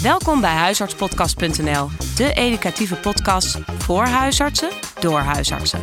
Welkom bij huisartspodcast.nl, de educatieve podcast voor huisartsen, door huisartsen.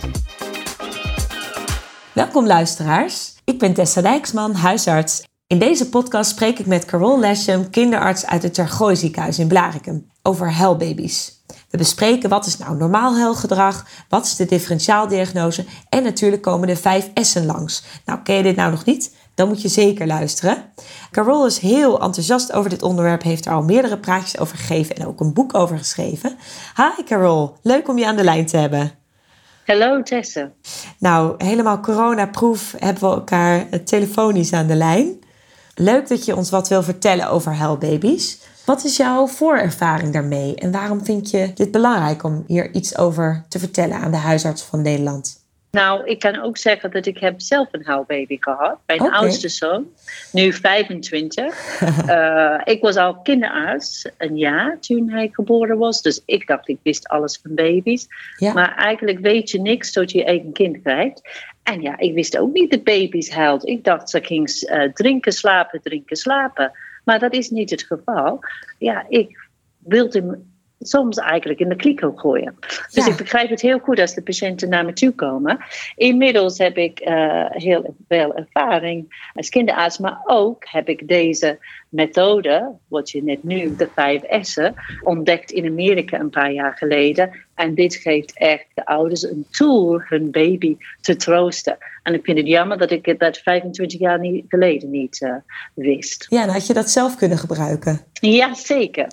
Welkom luisteraars, ik ben Tessa Dijksman, huisarts. In deze podcast spreek ik met Carol Leshem, kinderarts uit het Tergooi ziekenhuis in Blaricum, over huilbaby's. We bespreken wat is nou normaal huilgedrag, wat is de differentiaaldiagnose en natuurlijk komen de 5 S'en langs. Nou, ken je dit nou nog niet? Dan moet je zeker luisteren. Carol is heel enthousiast over dit onderwerp, heeft er al meerdere praatjes over gegeven en ook een boek over geschreven. Hi Carol, leuk om je aan de lijn te hebben. Hallo Tessa. Nou, helemaal coronaproof hebben we elkaar telefonisch aan de lijn. Leuk dat je ons wat wil vertellen over huilbaby's. Wat is jouw voorervaring daarmee en waarom vind je dit belangrijk om hier iets over te vertellen aan de huisartsen van Nederland? Nou, ik kan ook zeggen dat ik heb zelf een huilbaby gehad. Mijn oudste zoon, nu 25. Ik was al kinderarts een jaar toen hij geboren was. Dus ik dacht, ik wist alles van baby's. Ja. Maar eigenlijk weet je niks tot je eigen kind krijgt. En ja, ik wist ook niet dat baby's huilden. Ik dacht, ze ging drinken, slapen. Maar dat is niet het geval. Ja, ik wilde hem soms eigenlijk in de kliko gooien. Dus ik begrijp het heel goed als de patiënten naar me toe komen. Inmiddels heb ik heel veel ervaring als kinderarts, maar ook heb ik deze methode, wat je net nu, de 5 S'en, ontdekt in Amerika een paar jaar geleden. En dit geeft echt de ouders een tool hun baby te troosten. En ik vind het jammer dat ik dat 25 jaar geleden niet wist. Ja, dan had je dat zelf kunnen gebruiken. Ja, zeker.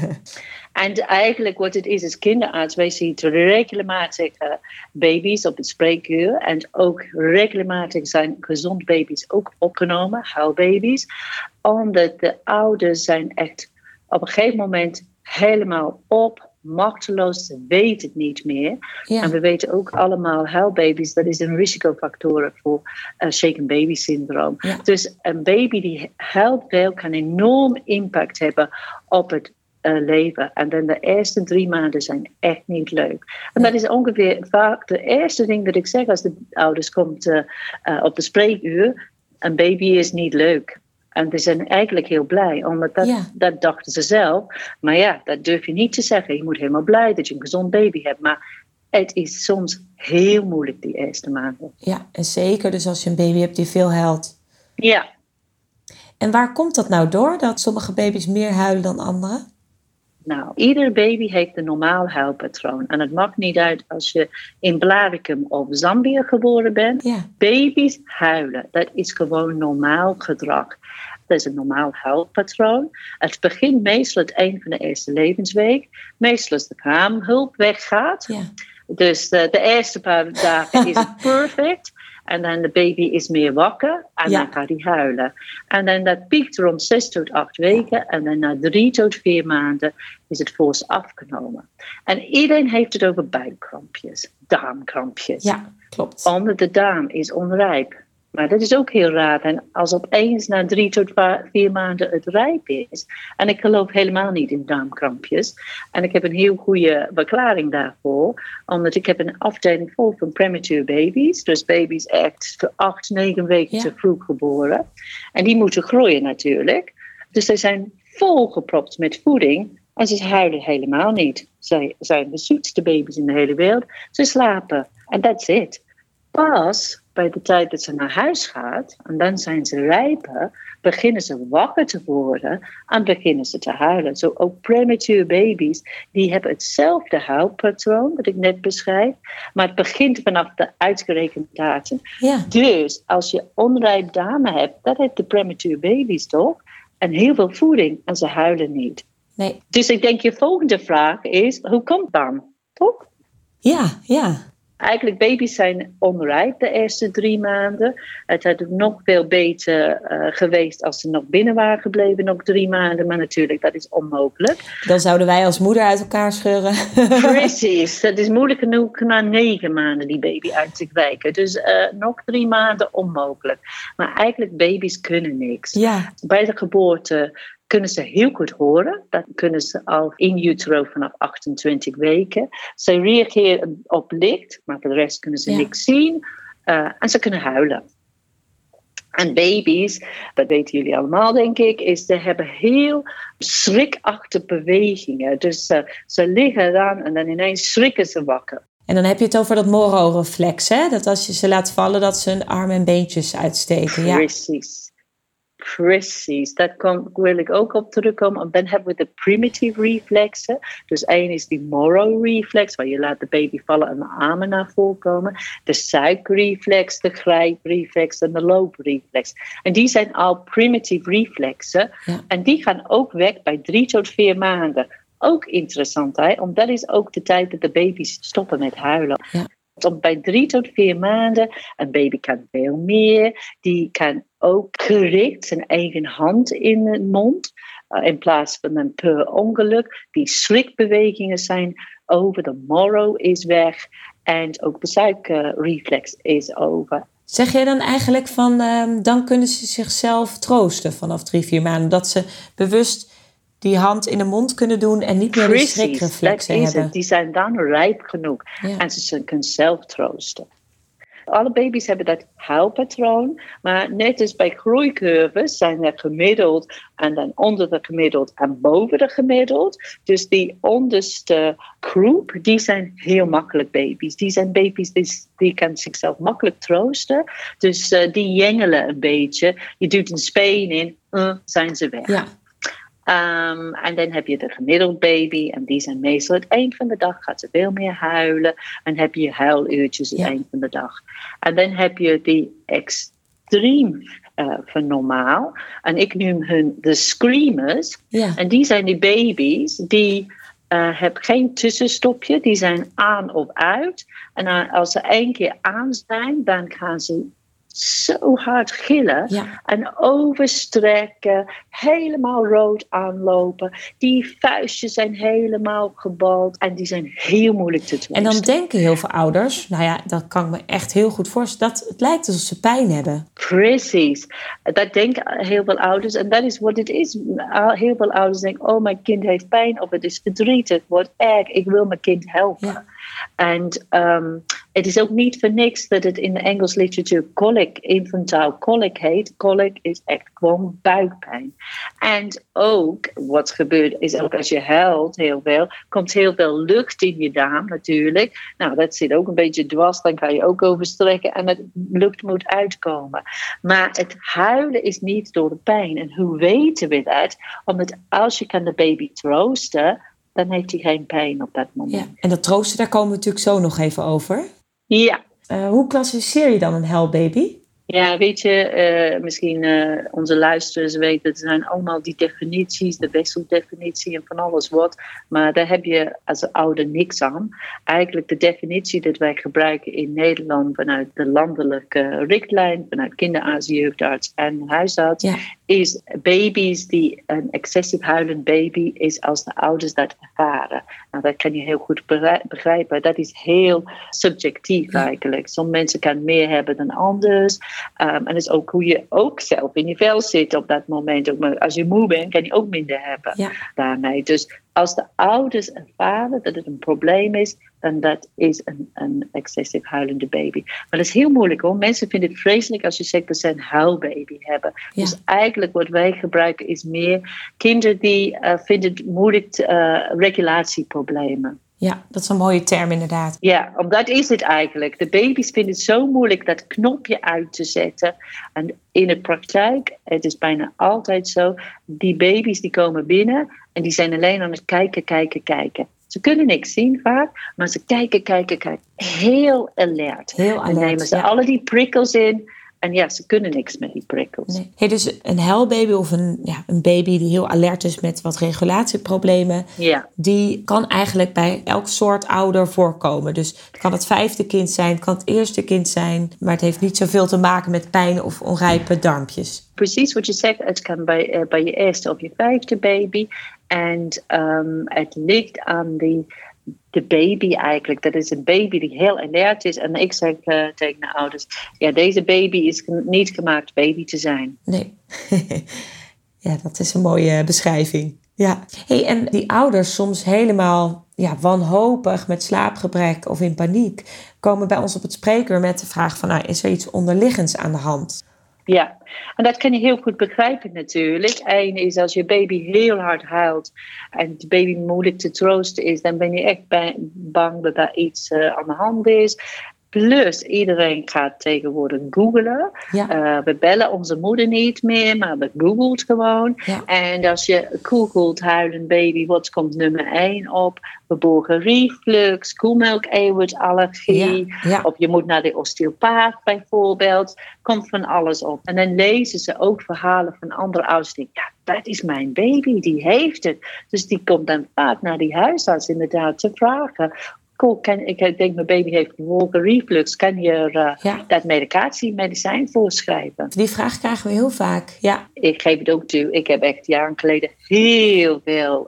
En eigenlijk wat het is kinderarts, wij zien regelmatig baby's op het spreekuur. En ook regelmatig zijn gezond baby's ook opgenomen, huilbaby's. Omdat de ouders zijn echt op een gegeven moment helemaal machteloos, ze weten het niet meer. Ja. En we weten ook allemaal, huilbaby's, dat is een risicofactor voor shaken baby syndroom. Ja. Dus een baby die huilt veel kan enorm impact hebben op het leven. En dan de eerste 3 maanden zijn echt niet leuk. En dat is ongeveer vaak de eerste ding dat ik zeg als de ouders komt op de spreekuur. Een baby is niet leuk. En ze zijn eigenlijk heel blij, omdat dat dachten ze zelf. Maar ja, dat durf je niet te zeggen. Je moet helemaal blij dat je een gezond baby hebt. Maar het is soms heel moeilijk die eerste maanden. Ja, en zeker dus als je een baby hebt die veel huilt. Ja. En waar komt dat nou door, dat sommige baby's meer huilen dan anderen? Nou, ieder baby heeft een normaal huilpatroon. En het maakt niet uit als je in Blaricum of Zambia geboren bent. Ja. Baby's huilen, dat is gewoon normaal gedrag. Dat is een normaal huilpatroon. Het begint meestal het eind van de eerste levensweek. Meestal als de kraamhulp weggaat. Ja. Dus de eerste paar dagen is het perfect. En dan de baby is meer wakker en dan gaat hij huilen. En dan dat piekt rond 6 tot 8 weken. En dan na 3 tot 4 maanden is het fors afgenomen. En iedereen heeft het over buikkrampjes, darmkrampjes. Ja, klopt. Omdat de darm is onrijp. Maar dat is ook heel raar. En als opeens na 3 tot 4 maanden het rijp is. En ik geloof helemaal niet in darmkrampjes. En ik heb een heel goede verklaring daarvoor. Omdat ik heb een afdeling vol van premature baby's. Dus baby's echt 8, 9 weken te vroeg geboren. En die moeten groeien natuurlijk. Dus ze zijn volgepropt met voeding. En ze huilen helemaal niet. Zij zijn de zoetste baby's in de hele wereld. Ze slapen. En that's it. Pas bij de tijd dat ze naar huis gaat, en dan zijn ze rijper, beginnen ze wakker te worden en beginnen ze te huilen. Zo ook premature baby's, die hebben hetzelfde huilpatroon dat ik net beschrijf, maar het begint vanaf de uitgerekende datum. Ja. Dus als je onrijp darmen hebt, dat heeft de premature baby's toch, en heel veel voeding en ze huilen niet. Nee. Dus ik denk je volgende vraag is, hoe komt dat? Toch? Ja. Eigenlijk baby's zijn onrijp de eerste 3 maanden. Het had nog veel beter geweest als ze nog binnen waren gebleven, nog 3 maanden. Maar natuurlijk, dat is onmogelijk. Dan zouden wij als moeder uit elkaar scheuren. Precies, dat is moeilijk genoeg na 9 maanden die baby uit te kwijken. Dus nog 3 maanden onmogelijk. Maar eigenlijk baby's kunnen niks. Ja. Bij de geboorte kunnen ze heel goed horen. Dat kunnen ze al in utero vanaf 28 weken. Ze reageren op licht, maar voor de rest kunnen ze niks zien. En ze kunnen huilen. En baby's, dat weten jullie allemaal denk ik, ze hebben heel schrikachtige bewegingen. Dus ze liggen dan en dan ineens schrikken ze wakker. En dan heb je het over dat Moro-reflex, hè? Dat als je ze laat vallen, dat ze hun armen en beentjes uitsteken. Ja. Precies, daar wil ik ook op terugkomen. En dan hebben we de primitive reflexen. Dus één is die Moro-reflex, waar je laat de baby vallen en de armen naar voren komen. De suikreflex, de grijpreflex en de loopreflex. En die zijn al primitive reflexen. Ja. En die gaan ook weg bij 3 tot 4 maanden. Ook interessant, hè? Want dat is ook de tijd dat de baby's stoppen met huilen. Ja. Bij 3 tot 4 maanden, een baby kan veel meer. Die kan ook gericht zijn eigen hand in de mond. In plaats van een per ongeluk. Die schrikbewegingen zijn over. De Moro is weg. En ook de suikreflex is over. Zeg jij dan eigenlijk van, dan kunnen ze zichzelf troosten vanaf 3-4 maanden? Dat ze bewust die hand in de mond kunnen doen en niet meer die schrikreflexen hebben. Die zijn dan rijp genoeg. Ja. En ze kunnen zelf troosten. Alle baby's hebben dat huilpatroon. Maar net als bij groeicurves zijn er gemiddeld en dan onder de gemiddeld en boven de gemiddeld. Dus die onderste groep, die zijn heel makkelijk baby's. Die zijn baby's die kan zichzelf makkelijk troosten. Dus die jengelen een beetje. Je doet een speen in, zijn ze weg. Ja. En dan heb je de gemiddeld baby. En die zijn meestal het eind van de dag. Gaat ze veel meer huilen. En heb je huiluurtjes het eind van de dag. En dan heb je die extreem van normaal. En ik noem hun de screamers. Ja. En die zijn die baby's die hebben geen tussenstopje. Die zijn aan of uit. En als ze 1 keer aan zijn, dan gaan ze zo hard gillen en overstrekken, helemaal rood aanlopen. Die vuistjes zijn helemaal gebald en die zijn heel moeilijk te troosten. En dan denken heel veel ouders, nou ja, dat kan ik me echt heel goed voorstellen, dat het lijkt alsof ze pijn hebben. Precies, dat denken heel veel ouders en dat is wat het is. Heel veel ouders denken, oh mijn kind heeft pijn of het is verdrietig, wat erg, ik wil mijn kind helpen. Ja. En het is ook niet voor niks dat het in de Engelse literatuur colic, infantile colic heet. Colic is echt gewoon buikpijn. En ook wat gebeurt is ook als je huilt heel veel, komt heel veel lucht in je darm natuurlijk. Nou, dat zit ook een beetje dwars, dan kan je ook overstrekken en de lucht moet uitkomen. Maar het huilen is niet door de pijn. En hoe weten we dat? Omdat als je kan de baby troosten, dan heeft hij geen pijn op dat moment. Ja, en dat troosten, daar komen we natuurlijk zo nog even over. Ja. Hoe klassificeer je dan een huilbaby? Ja, weet je, misschien onze luisteraars weten, het zijn allemaal die definities, de wisseldefinitie en van alles wat. Maar daar heb je als ouder niks aan. Eigenlijk de definitie die wij gebruiken in Nederland vanuit de landelijke richtlijn, vanuit kinderarts, jeugdarts en huisarts, is baby's die een excessief huilend baby is als de ouders dat ervaren. Nou, dat kan je heel goed begrijpen. Dat is heel subjectief eigenlijk. Sommige mensen kunnen meer hebben dan anders. En dat is ook hoe je ook zelf in je vel zit op dat moment. Ook maar als je moe bent, kan je ook minder hebben daarmee. Dus als de ouders ervaren dat het een probleem is, dan dat is een excessief huilende baby. Maar dat is heel moeilijk hoor. Mensen vinden het vreselijk als je zegt dat ze een huilbaby hebben. Ja. Dus eigenlijk wat wij gebruiken is meer kinderen die vinden het moeilijk regulatieproblemen. Ja, dat is een mooie term inderdaad. Ja, omdat is het eigenlijk. De baby's vinden het zo moeilijk dat knopje uit te zetten. En in de praktijk, het is bijna altijd zo, die baby's die komen binnen en die zijn alleen aan het kijken. Ze kunnen niks zien vaak, maar ze kijken. Heel alert. En nemen ze alle die prikkels in. En ja, ze kunnen niks met die prikkels. Nee. Hey, dus een huilbaby of een baby die heel alert is met wat regulatieproblemen, die kan eigenlijk bij elk soort ouder voorkomen. Dus het kan het 5e kind zijn, het kan het eerste kind zijn, maar het heeft niet zoveel te maken met pijn of onrijpe darmpjes. Precies wat je zegt, het kan bij je eerste of je 5e baby. En het ligt aan de baby eigenlijk. Dat is een baby die heel alert is. En ik zeg tegen de ouders, ja, deze baby is niet gemaakt baby te zijn. Nee. Ja, dat is een mooie beschrijving. Ja. Hey, en die ouders soms helemaal wanhopig met slaapgebrek of in paniek komen bij ons op het spreekuur met de vraag van, is er iets onderliggends aan de hand? Ja, en dat kan je heel goed begrijpen natuurlijk. Eén is als je baby heel hard huilt en de baby moeilijk te troosten is, dan ben je echt bang dat daar iets aan de hand is. Plus, iedereen gaat tegenwoordig googlen. Ja. We bellen onze moeder niet meer, maar we googelt gewoon. Ja. En als je googelt huilend baby, wat komt nummer 1 op? Verborgen reflux, koemelkeiwitallergie. Ja. Ja. Of je moet naar de osteopaat bijvoorbeeld. Komt van alles op. En dan lezen ze ook verhalen van andere ouders. Die denken, ja, dat is mijn baby, die heeft het. Dus die komt dan vaak naar die huisarts inderdaad te vragen. Ik denk, mijn baby heeft verborgen reflux. Kan je dat medicijn voorschrijven? Die vraag krijgen we heel vaak, ja. Ik geef het ook toe. Ik heb echt jaren geleden heel veel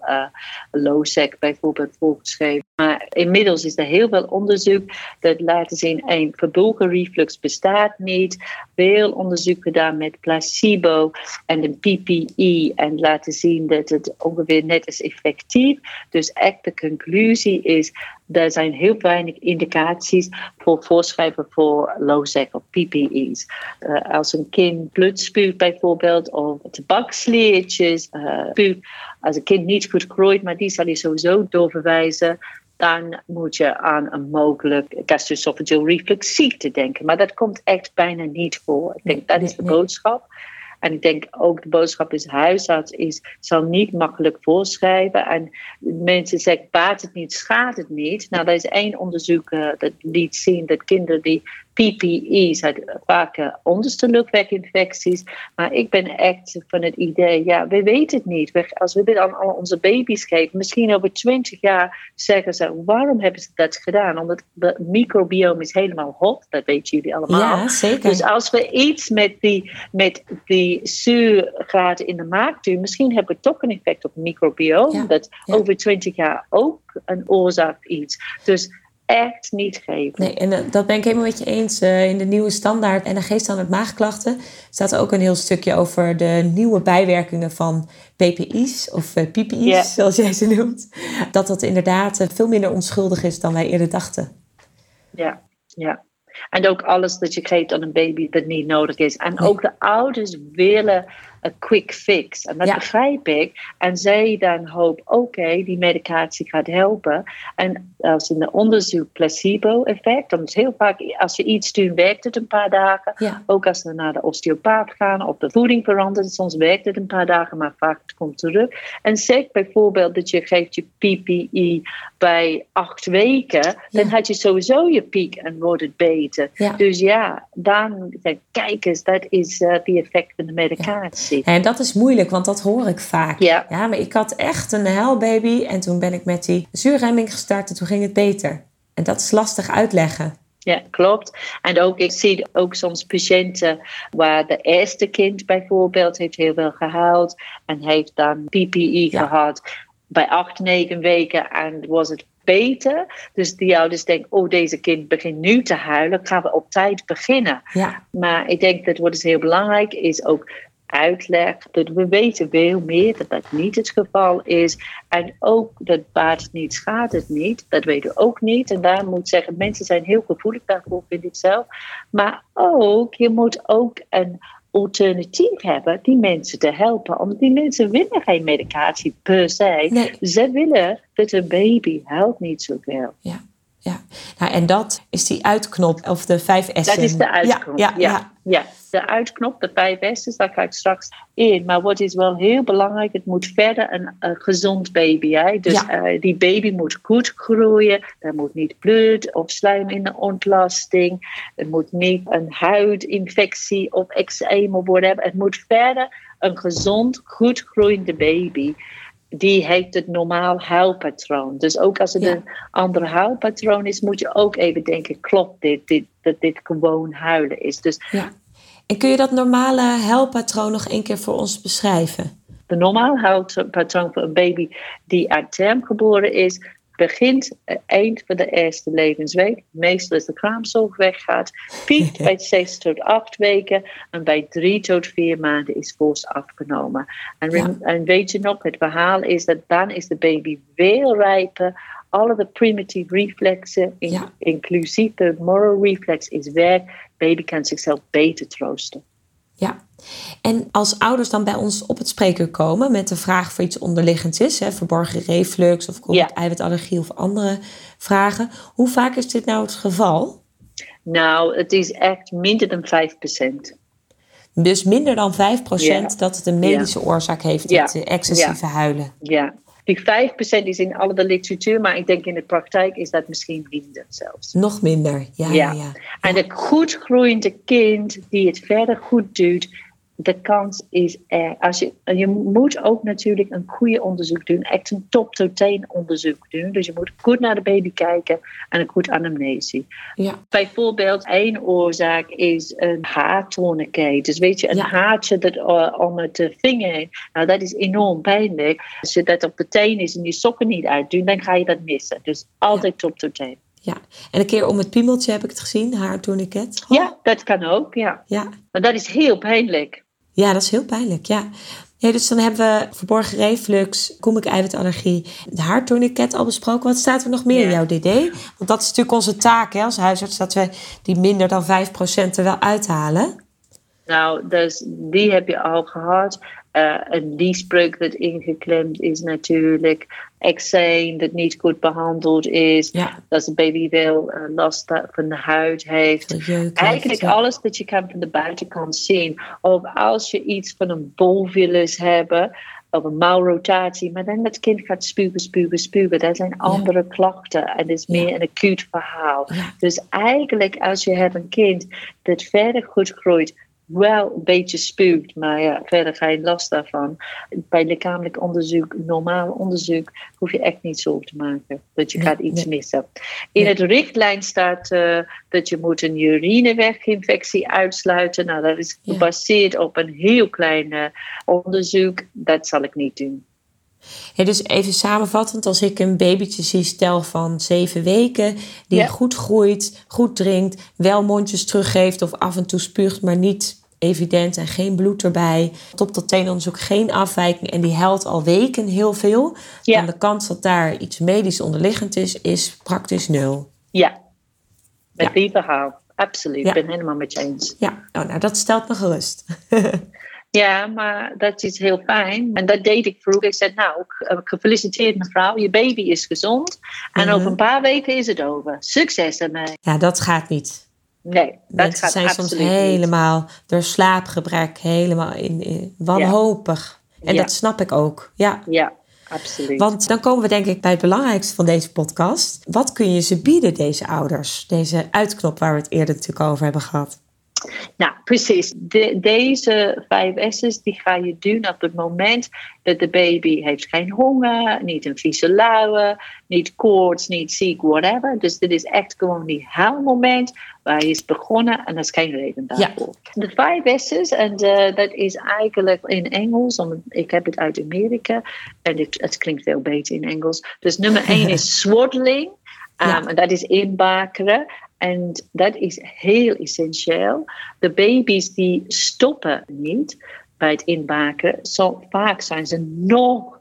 Losec bijvoorbeeld voorgeschreven. Maar inmiddels is er heel veel onderzoek dat laten zien, verborgen reflux bestaat niet. Veel onderzoek gedaan met placebo en een PPE en laten zien dat het ongeveer net is effectief. Dus echt de conclusie is, er zijn heel weinig indicaties voor voorschrijven voor Losec of PPE's. Als een kind bloed spuugt bijvoorbeeld, of tabaksleertjes spuugt, als een kind niet goed groeit, maar die zal je sowieso doorverwijzen, dan moet je aan een mogelijk gastroesophageal reflux ziekte denken. Maar dat komt echt bijna niet voor. Ik denk, dat is de boodschap. En ik denk ook de boodschap is, huisarts zal niet makkelijk voorschrijven. En mensen zeggen, baat het niet, schaadt het niet. Nou, er is 1 onderzoek dat liet zien dat kinderen die PPE's hadden vaak onderste luchtweginfecties. Maar ik ben echt van het idee, ja, we weten het niet. Als we dit aan al onze baby's geven, misschien over 20 jaar zeggen ze, waarom hebben ze dat gedaan? Omdat het microbiome is helemaal hot, dat weten jullie allemaal. Ja, zeker. Dus als we iets met die zuurgraad in de maag doen, misschien hebben we toch een effect op het microbiome, dat over 20 jaar ook een oorzaak iets. Dus echt niet geven. Nee, en dat ben ik helemaal met je eens. In de nieuwe standaard NAG-standaard maagklachten staat ook een heel stukje over de nieuwe bijwerkingen van PPI's of PPI's, zoals jij ze noemt. Dat inderdaad veel minder onschuldig is dan wij eerder dachten. Ja. En ook alles dat je geeft aan een baby dat niet nodig is. En ook de ouders willen een quick fix. En dat begrijp ik. En zij dan hopen, oké, die medicatie gaat helpen. En als in de onderzoek placebo-effect, dan is heel vaak, als je iets doet, werkt het een paar dagen. Ja. Ook als we naar de osteopaat gaan of de voeding verandert, soms werkt het een paar dagen, maar vaak het komt terug. En zeg bijvoorbeeld dat je geeft je PPE bij 8 weken, dan had je sowieso je piek en wordt het beter. Ja. Dus dan kijk eens, dat is die effect van de medicatie. En dat is moeilijk, want dat hoor ik vaak. Ja, maar ik had echt een huilbaby en toen ben ik met die zuurremming gestart en toen ging het beter. En dat is lastig uitleggen. Ja, klopt. En ook, ik zie ook soms patiënten waar de eerste kind bijvoorbeeld heeft heel veel gehuild en heeft dan PPE gehad bij 8, 9 weken en was het beter. Dus die ouders denken, deze kind begint nu te huilen, gaan we op tijd beginnen. Ja. Maar ik denk dat wat is heel belangrijk is ook uitleg. Dat we weten veel meer dat dat niet het geval is. En ook dat baat het niet, schaadt het niet. Dat weten we ook niet. En daar moet ik zeggen, mensen zijn heel gevoelig daarvoor, vind ik zelf. Maar ook, je moet ook een alternatief hebben die mensen te helpen. Omdat die mensen willen geen medicatie per se. Nee. Ze willen dat een baby huilt niet zoveel. Ja. Nou, en dat is die uitknop of de 5 S'en. Dat is de uitknop, ja. De uitknop, de 5 S'en, daar ga ik straks in. Maar wat is wel heel belangrijk, het moet verder een gezond baby. Hè? Dus die baby moet goed groeien. Er moet niet bloed of slijm in de ontlasting. Er moet niet een huidinfectie of eczeem of whatever. Het moet verder een gezond, goed groeiende baby. Die heeft het normaal huilpatroon. Dus ook als het een ander huilpatroon is, moet je ook even denken, klopt dat dit gewoon huilen is. Dus, En kun je dat normale huilpatroon nog 1 keer voor ons beschrijven? De normaal huilpatroon voor een baby die uit term geboren is, begint eind van de eerste levensweek. Meestal als de kraamzorg weggaat. Piekt bij 6 tot 8 weken. En bij 3 tot 4 maanden is fors afgenomen. En weet je nog, het verhaal is dat dan is de baby veel rijper. Alle de primitieve reflexen, inclusief de moral reflex, is weg. Baby kan zichzelf beter troosten. Ja. En als ouders dan bij ons op het spreekuur komen met de vraag voor iets onderliggends is, verborgen reflux of eiwitallergie of andere vragen, hoe vaak is dit nou het geval? Nou, het is echt minder dan 5%. Dus minder dan 5% dat het een medische oorzaak heeft, het excessieve huilen. Ja, die 5% is in alle de literatuur, maar ik denk in de praktijk is dat misschien minder zelfs. Nog minder, ja. En een goed groeiende kind die het verder goed doet, de kans is er. Je moet ook natuurlijk een goede onderzoek doen, echt een top-to-teen onderzoek doen. Dus je moet goed naar de baby kijken en een goed anamnese. Ja. Bijvoorbeeld, één oorzaak is een haartourniquet. Dus weet je, een haartje dat om het vinger heen. Nou, dat is enorm pijnlijk. Als je dat op de teen is en je sokken niet uitdoen, dan ga je dat missen. Dus altijd top-to-teen. Ja, en een keer om het piemeltje heb ik het gezien, haartourniquet. Ja, dat kan ook, ja. Maar dat is heel pijnlijk. Ja, dat is heel pijnlijk, ja. Dus dan hebben we verborgen reflux, eiwitallergie, de haartourniquet al besproken. Wat staat er nog meer in jouw DD? Want dat is natuurlijk onze taak als huisarts, dat we die minder dan 5% er wel uithalen. Nou, dus die heb je al gehad. Een liesbreuk dat ingeklemd is natuurlijk. Eczeem dat niet goed behandeld is. Dat de baby wel last van de huid heeft. Eigenlijk alles dat je kan van de buitenkant zien. Of als je iets van een bolvillus hebben. Of een mouwrotatie. Maar dan dat kind gaat spugen. Dat zijn andere klachten. En dat is meer een acuut verhaal. Dus eigenlijk als je hebt een kind dat verder goed groeit. Wel een beetje spuugt, maar verder geen last daarvan. Bij lichamelijk onderzoek, normaal onderzoek, hoef je echt niet zorgen te maken dat je gaat iets missen. In het richtlijn staat dat je moet een urineweginfectie uitsluiten. Nou, dat is gebaseerd op een heel klein onderzoek. Dat zal ik niet doen. Dus even samenvattend, als ik een babytje zie, stel van 7 weken, die goed groeit, goed drinkt, wel mondjes teruggeeft of af en toe spuugt, maar niet evident en geen bloed erbij, top-tot-teen onderzoek, geen afwijking en die huilt al weken heel veel, dan de kans dat daar iets medisch onderliggend is praktisch 0. Ja, met die verhaal, absoluut, ik ben helemaal met je eens. Ja, nou dat stelt me gerust. Ja, maar dat is heel fijn. En dat deed ik vroeger. Ik zei, nou, gefeliciteerd mevrouw, je baby is gezond. En over een paar weken is het over. Succes ermee. Ja, dat gaat niet. Nee, dat gaat zijn absoluut soms helemaal door slaapgebrek, helemaal in wanhopig. En dat snap ik ook. Ja, absoluut. Want dan komen we denk ik bij het belangrijkste van deze podcast. Wat kun je ze bieden, deze ouders? Deze uitknop waar we het eerder natuurlijk over hebben gehad. Nou, precies. Deze 5 S's die ga je doen op het moment dat de baby heeft geen honger, niet een vieze luie, niet koorts, niet ziek, whatever. Dus dit is echt gewoon die huilmoment waar je is begonnen en dat is geen reden daarvoor. De 5 S's, en dat is eigenlijk in Engels, ik heb het uit Amerika en het klinkt veel beter in Engels. Dus nummer 1 is swaddling. En dat is inbakeren. En dat is heel essentieel. De baby's die stoppen niet bij het inbaken. Zo vaak zijn ze nog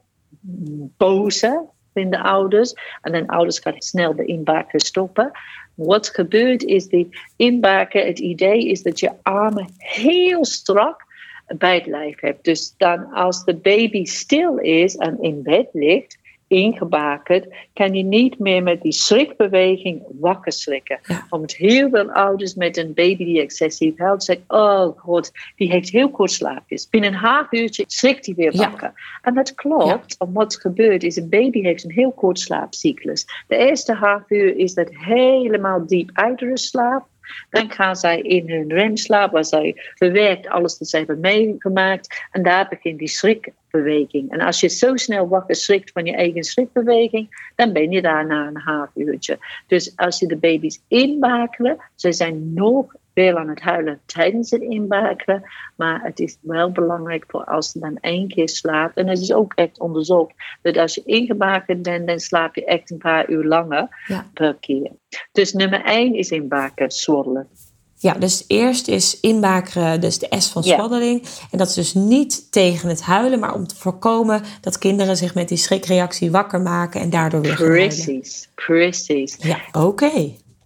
bozer in de ouders. En dan ouders gaan snel de inbaken stoppen. Wat gebeurt is die inbaken. Het idee is dat je armen heel strak bij het lijf hebt. Dus dan als de baby stil is en in bed ligt, ingebakerd, kan je niet meer met die schrikbeweging wakker schrikken. Want heel veel ouders met een baby die excessief huilt zeggen, oh god, die heeft heel kort slaapjes. Binnen een half uurtje schrikt hij weer wakker. En dat klopt, want wat gebeurt is, een baby heeft een heel kort slaapcyclus. De eerste half uur is dat helemaal diep uitrustslaap. Dan gaan zij in hun remslaap, waar zij verwerkt alles dat zij hebben meegemaakt. En daar begint die schrikbeweging. En als je zo snel wakker schrikt van je eigen schrikbeweging, dan ben je daar na een half uurtje. Dus als je de baby's inbakelen, ze zijn nog veel aan het huilen tijdens het inbakelen. Maar het is wel belangrijk voor als ze dan 1 keer slaapt. En het is ook echt onderzocht dat als je ingebakerd bent, dan slaap je echt een paar uur langer per keer. Dus nummer 1 is inbaken, swaddelen. Ja, dus eerst is inbakeren, dus de S van swaddeling. En dat is dus niet tegen het huilen, maar om te voorkomen dat kinderen zich met die schrikreactie wakker maken en daardoor weer gaan huilen. Precies. Ja, oké.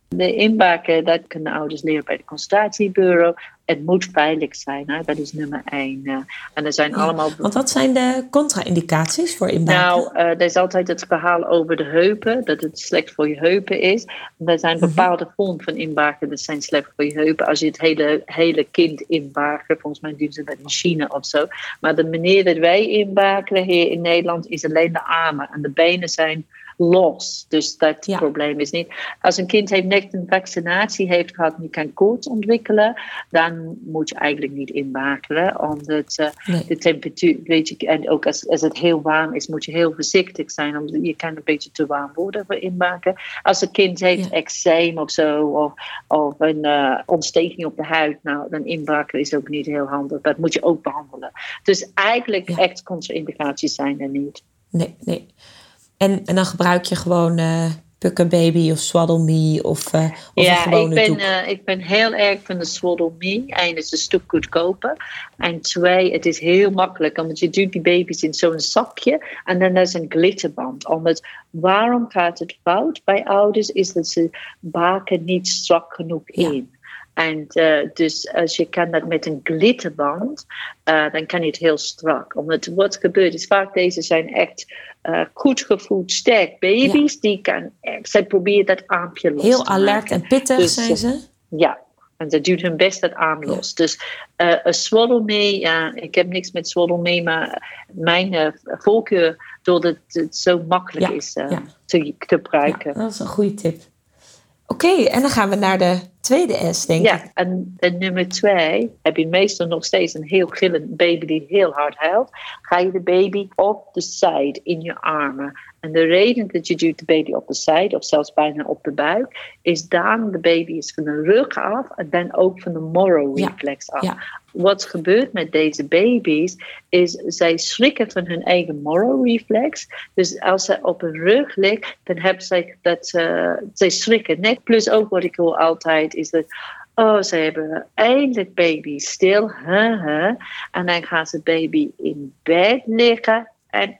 De inbaken, dat kunnen ouders leren bij het consultatiebureau. Het moet veilig zijn, hè? Dat is nummer 1. En er zijn allemaal... Want wat zijn de contra-indicaties voor inbaken? Nou, er is altijd het verhaal over de heupen, dat het slecht voor je heupen is. En er zijn bepaalde vormen van inbaken, dat zijn slecht voor je heupen. Als je het hele kind inbaken, volgens mij doen ze dat in China of zo. Maar de manier dat wij inbaken hier in Nederland is alleen de armen. En de benen zijn los. Dus dat probleem is niet. Als een kind net een vaccinatie heeft gehad en je kan koorts ontwikkelen, dan moet je eigenlijk niet inbakelen. Omdat de temperatuur, weet je, en ook als het heel warm is, moet je heel voorzichtig zijn. Omdat je kan een beetje te warm worden voor inbaken. Als een kind heeft eczeem of zo, of een ontsteking op de huid, nou, dan inbaken is ook niet heel handig. Dat moet je ook behandelen. Dus eigenlijk echt contra-indicaties zijn er niet. Nee. En dan gebruik je gewoon Puck & Baby of Swaddle Me of een gewone doek? Ik ben heel erg van de Swaddle Me. 1, is een stuk goedkoper. En 2, het is heel makkelijk. Omdat je doet die baby's in zo'n zakje. En dan is een glitterband. Waarom gaat het fout bij ouders? Is dat ze baken niet strak genoeg in. En dus als je kan dat met een glitterband, dan kan je het heel strak. Omdat wat gebeurt is vaak deze zijn echt goed gevoed, sterk baby's. Zij proberen dat armpje los heel te alert maken. en pittig zijn ze. Ja, en ze doet hun best dat arm los. Dus een Swaddle Me, ik heb niks met Swaddle Me, maar mijn voorkeur doordat het zo makkelijk is te gebruiken. Ja, dat is een goede tip. Oké, en dan gaan we naar de tweede S, denk ik. Ja, en nummer 2 heb je meestal nog steeds een heel gillend baby die heel hard huilt. Ga je de baby op de side in je armen. En de reden dat je doet de baby op de side, of zelfs bijna op de buik, is dan de baby is van de rug af en dan ook van de Moro reflex af. Ja. Wat gebeurt met deze baby's is zij schrikken van hun eigen Moro reflex. Dus als ze op hun rug ligt, dan hebben zij dat zij schrikken. Net plus ook wat ik hoor altijd is dat ze hebben eindelijk baby stil. En dan gaat de baby in bed liggen en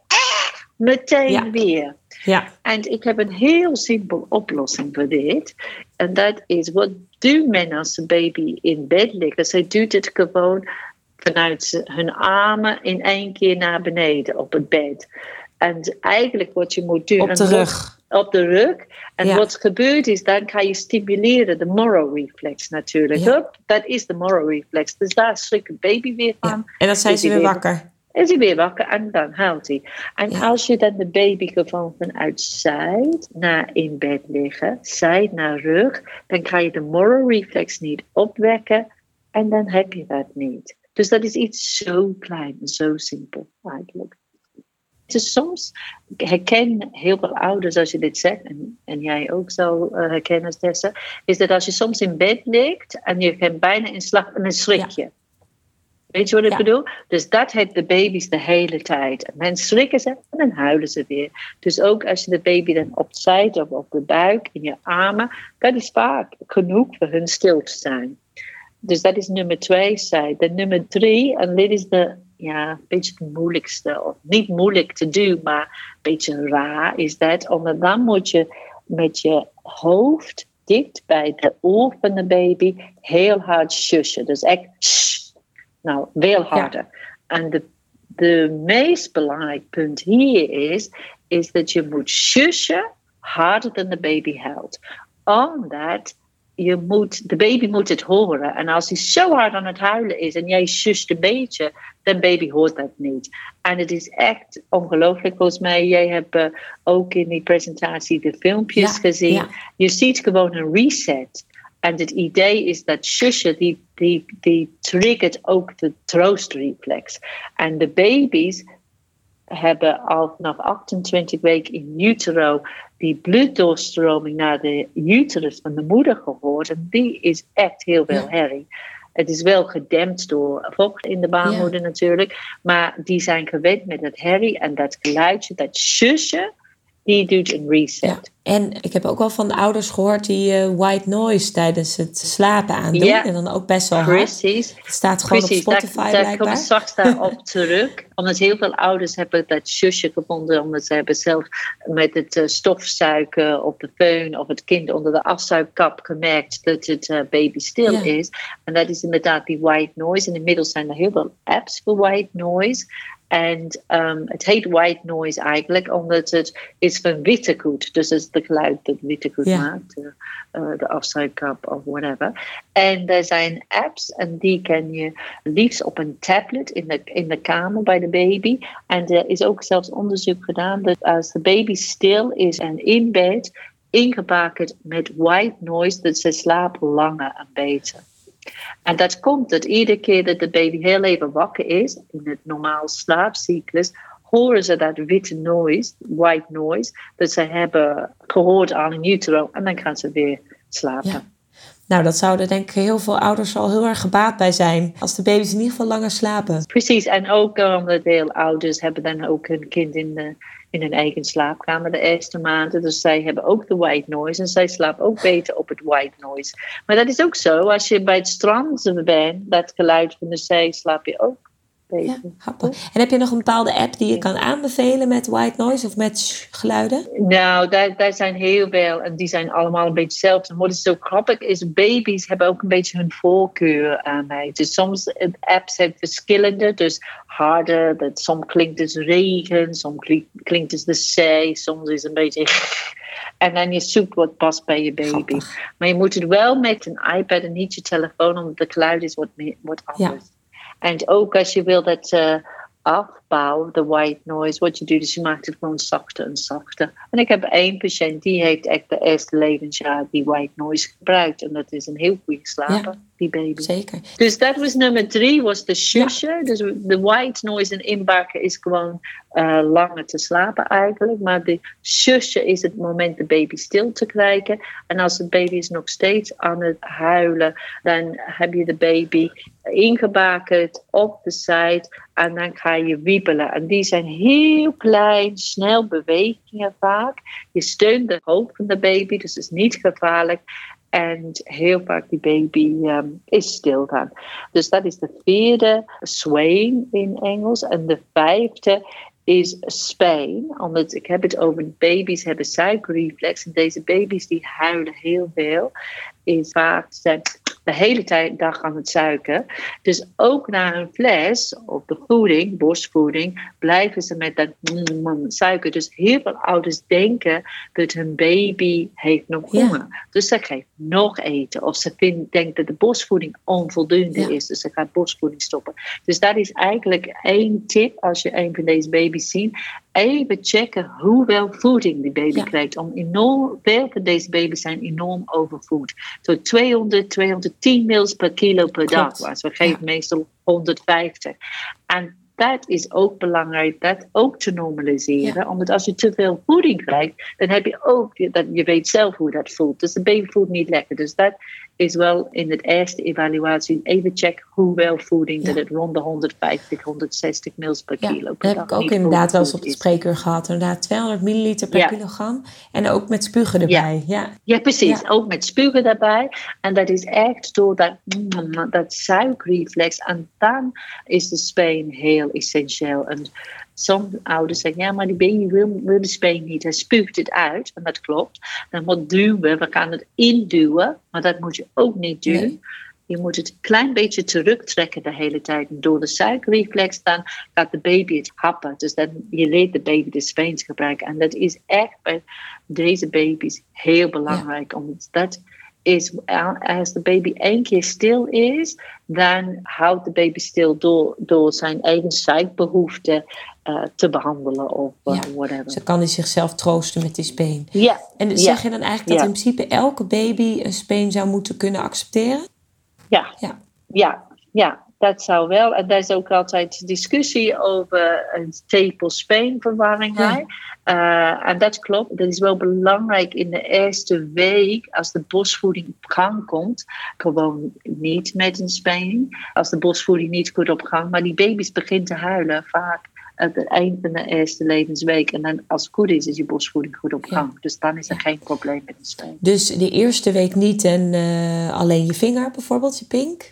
meteen weer. Ja. En ik heb een heel simpel oplossing voor dit. En dat is, wat doet men als de baby in bed ligt? Zij doet het gewoon vanuit hun armen in 1 keer naar beneden op het bed. En eigenlijk wat je moet doen... Op de rug. Op de rug. En wat gebeurt is, dan ga je stimuleren de Moro reflex natuurlijk. Ja. Dat is de Moro reflex. Dus daar schrikt het baby weer van. Ja. En dan zijn ze weer wakker. Is hij weer wakker en dan huilt hij. En als je dan de baby gewoon vanuit zij naar in bed liggen, zij naar rug, dan ga je de Moro reflex niet opwekken en dan heb je dat niet. Dus dat is iets zo klein, zo simpel eigenlijk. Dus soms herken heel veel ouders als je dit zegt, en jij ook zal herkennen, Tessa, is dat als je soms in bed ligt en je gaat bijna in slaap en dan schrik je. Weet je wat ik bedoel? Dus dat heeft de baby's de hele tijd. En dan schrikken ze en dan huilen ze weer. Dus ook als je de baby dan opzij of op de buik, in je armen, dat is vaak genoeg voor hun stil te zijn. Dus dat is nummer 2 zij. De nummer 3, en dit is een beetje het moeilijkste. Of niet moeilijk te doen, maar een beetje raar is dat. Omdat dan moet je met je hoofd dicht bij de oor van de baby heel hard shushen. Dus echt shh. Nou, veel harder. Ja. En de meest belangrijk punt hier is dat je moet shushen harder dan de baby huilt. Omdat de baby moet het horen. En als hij zo hard aan het huilen is en jij shusht een beetje, dan baby hoort dat niet. En het is echt ongelooflijk. Volgens mij, jij hebt ook in die presentatie de filmpjes gezien. Ja. Je ziet gewoon een reset. En het idee is dat shushen, die triggert ook de troostreflex. En de baby's hebben al vanaf 28 weken in utero die bloeddoorstroming naar de uterus van de moeder gehoord. En die is echt heel veel herrie. Het is wel gedempt door vocht in de baarmoeder natuurlijk. Maar die zijn gewend met het herrie en dat geluidje, dat shushen, Die doet een reset. Ja. En ik heb ook wel van de ouders gehoord die white noise tijdens het slapen aandoen. Ja. En dan ook best wel hard. Precies. Het staat gewoon op Spotify blijkbaar. Daar komen we straks daarop terug. Omdat heel veel ouders hebben dat zusje gevonden. Omdat ze hebben zelf met het stofzuigen op de föhn of het kind onder de afzuigkap gemerkt dat het baby stil is. En dat is inderdaad die white noise. En inmiddels zijn er heel veel apps voor white noise. En het heet white noise eigenlijk, omdat het is van wittegoed. Dus dat is het geluid dat wittegoed maakt. De afzuigkap of whatever. En er zijn apps en die kan je liefst op een tablet in de kamer bij de baby. En er is ook zelfs onderzoek gedaan dat als de baby stil is en in bed, ingebakerd met white noise, dat ze slapen langer en beter. En dat komt dat iedere keer dat de baby heel even wakker is, in het normaal slaapcyclus, horen ze dat witte noise, white noise, dat ze hebben gehoord al in utero en dan gaan ze weer slapen. Ja. Nou, dat zouden denk ik heel veel ouders al heel erg gebaat bij zijn, als de baby's in ieder geval langer slapen. Precies, en ook omdat veel ouders hebben dan ook hun kind in hun eigen slaapkamer de eerste maanden. Dus zij hebben ook de white noise en zij slapen ook beter op het white noise. Maar dat is ook zo, als je bij het strand bent, dat geluid van de zee, slaap je ook beter. Ja, grappig. En heb je nog een bepaalde app die je kan aanbevelen met white noise of met geluiden? Nou, daar zijn heel veel en die zijn allemaal een beetje hetzelfde. En wat is zo grappig is, baby's hebben ook een beetje hun voorkeur aan mij. Dus soms apps zijn verschillende, dus harder, dat soms klinkt het regen, soms klinkt het de zee, soms is het een beetje... En dan je zoekt wat past bij je baby. Grappig. Maar je moet het wel met een iPad en niet je telefoon, omdat het geluid is wat anders. Ja. En ook als je wil dat afbouwen, de white noise, wat je doet is je maakt het gewoon zachter en zachter. En ik heb 1 patiënt die heeft echt de eerste levensjaar die white noise gebruikt. En dat is een heel goede slaper, die baby. Zeker. Dus dat was nummer 3, was de shusje. Ja. Dus de white noise en inbakken is gewoon langer te slapen eigenlijk. Maar de shusje is het moment de baby stil te krijgen. En als het baby is nog steeds aan het huilen, dan heb je de baby ingebakerd op de side en dan ga je wiebelen. En die zijn heel klein, snel bewegingen vaak. Je steunt de hoofd van de baby, dus het is niet gevaarlijk. En heel vaak die baby is stil dan. Dus dat is de 4e, swaying in Engels. En de 5e is Spain. Omdat ik heb het over baby's hebben suikerreflex. En deze baby's die huilen heel veel. Is vaak zijn de hele dag aan het suiken. Dus ook na een fles of de voeding, borstvoeding, blijven ze met dat suiker. Dus heel veel ouders denken dat hun baby heeft nog honger. Ja. Dus ze geeft nog eten. Of ze denkt dat de borstvoeding onvoldoende is. Dus ze gaat borstvoeding stoppen. Dus dat is eigenlijk 1 tip als je een van deze baby's ziet. Even checken hoeveel voeding die baby krijgt. Veel van deze baby's zijn enorm overvoed. Zo 210 mils per kilo per dag. Dus we geven meestal 150. En dat is ook belangrijk, dat ook te normaliseren. Ja. Omdat als je te veel voeding krijgt, dan heb je ook, je weet zelf hoe dat voelt. Dus de baby voelt niet lekker. Dus dat is wel in de eerste evaluatie even check hoeveel voeding, dat het rond de 150, 160 mils per kilo per dag. Dat heb ik ook inderdaad wel eens op de spreekuur gehad. Inderdaad 200 milliliter per kilogram. En ook met spugen erbij. Ja, precies. Ja. Ook met spugen erbij. En dat is echt door dat suikerreflex. En dan is de speen heel essentieel. En sommige ouders zeggen, ja, maar die baby wil de speen niet. Hij spuugt het uit. En dat klopt. Dan moet duwen. We gaan het induwen. Maar dat moet je ook niet doen. Nee. Je moet het een klein beetje terugtrekken de hele tijd. En door de suikerreflex dan gaat de baby het happen. Dus dan je leert de baby de speens gebruiken. En dat is echt bij deze baby's heel belangrijk. Omdat dat is, als de baby 1 keer stil is, dan houdt de baby stil door zijn eigen suikbehoeften te behandelen of whatever. Zo kan hij zichzelf troosten met die speen. Ja. En zeg je dan eigenlijk dat in principe elke baby een speen zou moeten kunnen accepteren? Ja, dat zou wel. En daar is ook altijd discussie over een tepelspeenverwarring. En dat klopt. Dat is wel belangrijk in de eerste week, als de borstvoeding op gang komt. Gewoon niet met een speen. Als de borstvoeding niet goed op gang. Maar die baby's beginnen te huilen vaak aan het eind van de eerste levensweek. En dan als het goed is je borstvoeding goed op gang. Ja. Dus dan is er geen probleem met de speen. Dus de eerste week niet en alleen je vinger bijvoorbeeld, je pink?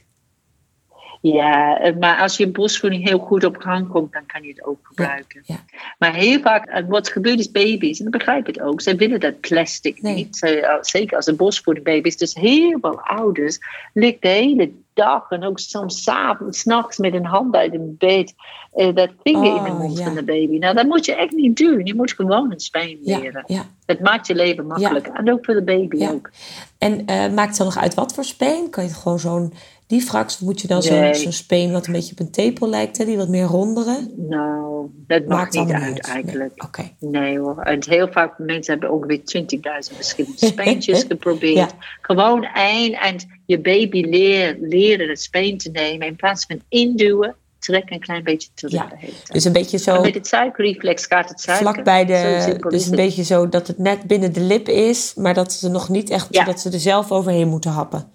Ja, maar als je borstvoeding heel goed op gang komt, dan kan je het ook gebruiken. Ja. Maar heel vaak, wat gebeurt is baby's, en ik begrijp het ook, zij willen dat plastic niet. Zeker als een borstvoedingbaby is. Dus heel veel ouders liggen de hele dag en ook soms 's nachts met een hand uit een bed dat vinger in de mond van de baby. Nou, dat moet je echt niet doen. Je moet gewoon een speen leren. Ja. Het maakt je leven makkelijker. Ja. En ook voor de baby ook. En maakt het dan nog uit wat voor speen? Kan je het gewoon zo'n Diffrax, of moet je dan zo'n speen wat een beetje op een tepel lijkt, hè? Die wat meer rondere? Nou, dat maakt niet uit eigenlijk. Nee hoor. En heel vaak mensen hebben ongeveer 20.000 verschillende speentjes geprobeerd. Ja. Gewoon één en je baby leren het speen te nemen. In plaats van induwen, trek een klein beetje terug. Ja. Dus een beetje zo. En met het suikerreflex gaat het suiker. Vlak bij dus een beetje zo dat het net binnen de lip is, maar dat ze nog niet echt, dat ze er zelf overheen moeten happen.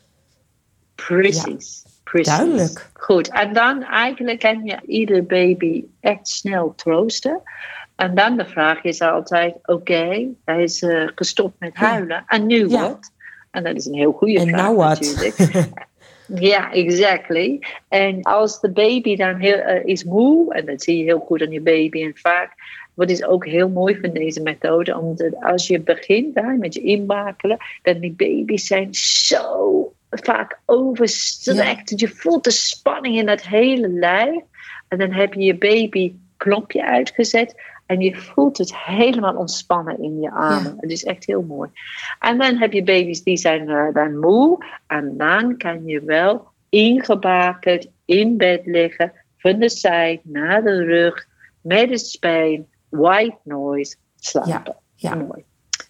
Precies. Duidelijk. Goed, en dan eigenlijk kan je ieder baby echt snel troosten. En dan de vraag is altijd, oké, hij is gestopt met huilen. En nu wat? En dat is een heel goede vraag now natuurlijk. Ja, exactly. En als de baby dan is moe, en dat zie je heel goed aan je baby en vaak, wat is ook heel mooi van deze methode, omdat als je begint met je inbakelen, dan die baby's zijn zo vaak overstrekt. Je voelt de spanning in het hele lijf. En dan heb je baby knopje uitgezet. En je voelt het helemaal ontspannen in je armen. Het is echt heel mooi. En dan heb je baby's die zijn dan moe. En dan kan je wel ingebakerd in bed liggen. Van de zij naar de rug. Met de speen. White noise. Slapen. Ja. Mooi.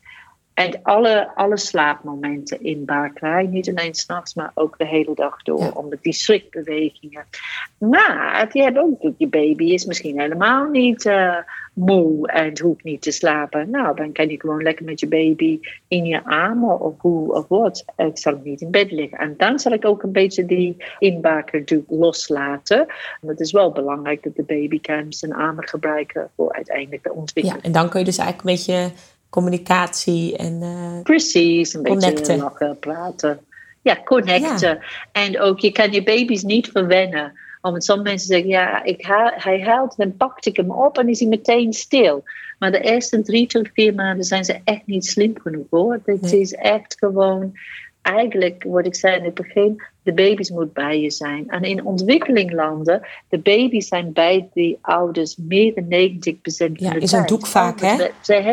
En alle slaapmomenten inbaken. Niet alleen 's nachts, maar ook de hele dag door. Ja. Omdat die schrikbewegingen. Maar die hebben ook, je baby is misschien helemaal niet moe en hoeft niet te slapen. Nou, dan kan je gewoon lekker met je baby in je armen of hoe of wat. Ik zal niet in bed liggen. En dan zal ik ook een beetje die inbakerdoek loslaten. Het is wel belangrijk dat de baby kan zijn armen gebruiken voor uiteindelijk de ontwikkeling. Ja, en dan kun je dus eigenlijk een beetje communicatie en precies, een connecten. Beetje lachen, praten. Ja, connecten. Ja. En ook, je kan je baby's niet verwennen. Omdat sommige mensen zeggen, hij huilt, dan pak ik hem op en is hij meteen stil. Maar de eerste 3 tot 4 maanden zijn ze echt niet slim genoeg, hoor. Het is echt gewoon, eigenlijk, wat ik zei in het begin, de baby's moeten bij je zijn. En in ontwikkelinglanden, de baby's zijn bij die ouders meer dan 90% van de is een doek vaak, hè?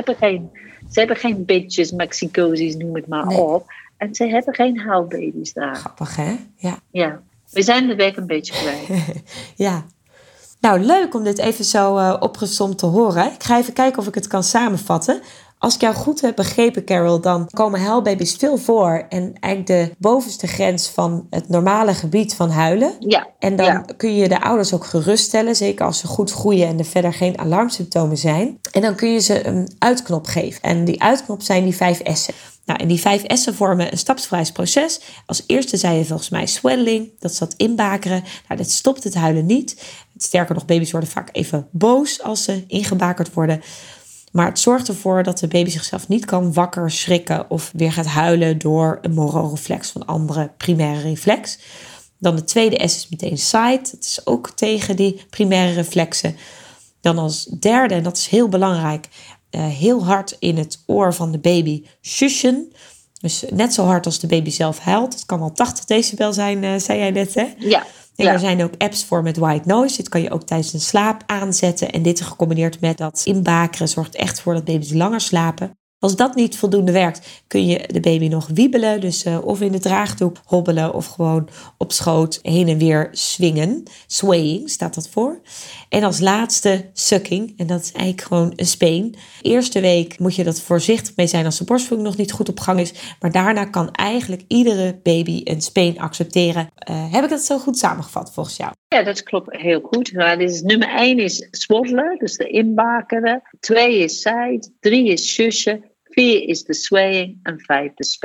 Ze hebben geen bitches, Mexico's, noem het maar op. En ze hebben geen huilbaby's daar. Grappig, hè? Ja. We zijn de weg een beetje kwijt. Ja. Nou, leuk om dit even zo opgesomd te horen. Ik ga even kijken of ik het kan samenvatten. Als ik jou goed heb begrepen, Carol, dan komen huilbaby's veel voor. En eigenlijk de bovenste grens van het normale gebied van huilen. Ja. En dan kun je de ouders ook geruststellen. Zeker als ze goed groeien en er verder geen alarmsymptomen zijn. En dan kun je ze een uitknop geven. En die uitknop zijn die 5 S'en. Nou, en die 5 S'en vormen een stapsgewijs proces. Als eerste zei je volgens mij swelling. Dat is dat inbakeren. Nou, dat stopt het huilen niet. Sterker nog, baby's worden vaak even boos als ze ingebakerd worden. Maar het zorgt ervoor dat de baby zichzelf niet kan wakker schrikken of weer gaat huilen door een mororeflex van andere primaire reflex. Dan de tweede S is meteen side. Dat is ook tegen die primaire reflexen. Dan als derde, en dat is heel belangrijk, heel hard in het oor van de baby shushen. Dus net zo hard als de baby zelf huilt. Het kan wel 80 decibel zijn, zei jij net, hè? Ja. En er zijn ook apps voor met white noise. Dit kan je ook tijdens een slaap aanzetten. En dit gecombineerd met dat inbakeren zorgt echt voor dat baby's langer slapen. Als dat niet voldoende werkt, kun je de baby nog wiebelen. Dus of in de draagdoek hobbelen of gewoon op schoot heen en weer swingen. Swaying staat dat voor. En als laatste sucking. En dat is eigenlijk gewoon een speen. Eerste week moet je dat voorzichtig mee zijn als de borstvoeding nog niet goed op gang is. Maar daarna kan eigenlijk iedere baby een speen accepteren. Heb ik dat zo goed samengevat volgens jou? Ja, dat klopt heel goed. Nou, dus nummer 1 is swaddelen, dus de inbakeren. 2 is side, 3 is shushen, 4 is de swaying en 5 de speen.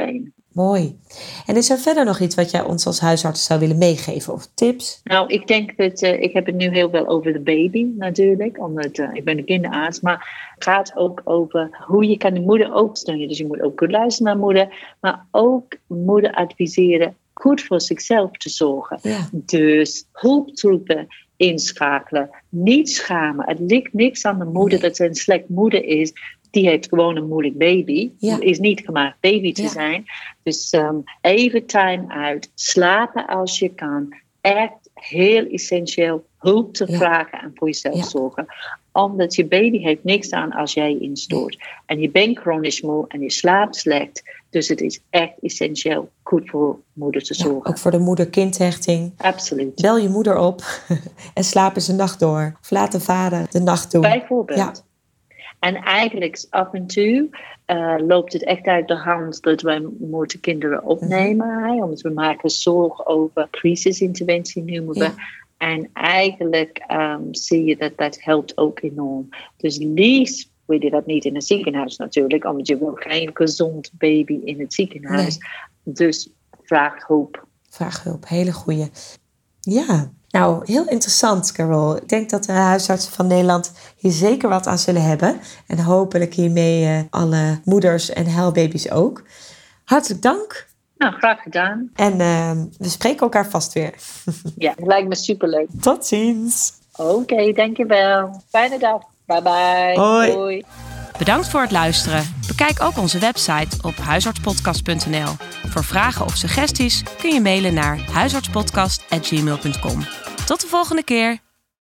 Mooi. En is er verder nog iets wat jij ons als huisarts zou willen meegeven of tips? Nou, ik denk dat ik heb het nu heel veel over de baby natuurlijk, omdat ik ben een kinderarts, maar het gaat ook over hoe je kan de moeder ook steunen. Dus je moet ook goed luisteren naar moeder, maar ook moeder adviseren goed voor zichzelf te zorgen. Ja. Dus hulptroepen inschakelen, niet schamen. Het ligt niks aan de moeder dat ze een slecht moeder is. Die heeft gewoon een moeilijk baby. Ja. Is niet gemaakt baby te zijn. Dus even time uit. Slapen als je kan. Echt heel essentieel hulp te vragen en voor jezelf zorgen. Omdat je baby heeft niks aan als jij instort. En je bent chronisch moe en je slaapt slecht. Dus het is echt essentieel goed voor moeder te zorgen. Ook voor de moeder-kindhechting. Absoluut. Bel je moeder op en slaap eens een nacht door. Of laat de vader de nacht doen. Bijvoorbeeld. Ja. En eigenlijk af en toe loopt het echt uit de hand dat wij moeten kinderen opnemen. Omdat we maken zorg over crisisinterventie noemen we. En eigenlijk zie je dat helpt ook enorm. Dus liefst wil je dat niet in een ziekenhuis natuurlijk. Omdat je wil geen gezond baby in het ziekenhuis. Nee. Dus vraag hulp. Vraag hulp, hele goeie. Ja. Nou, heel interessant, Carol. Ik denk dat de huisartsen van Nederland hier zeker wat aan zullen hebben. En hopelijk hiermee alle moeders en huilbaby's ook. Hartelijk dank. Nou, graag gedaan. En we spreken elkaar vast weer. Ja, het lijkt me superleuk. Tot ziens. Oké, dankjewel. Fijne dag. Bye bye. Hoi. Hoi. Bedankt voor het luisteren. Bekijk ook onze website op huisartspodcast.nl. Voor vragen of suggesties kun je mailen naar huisartspodcast@gmail.com. Tot de volgende keer.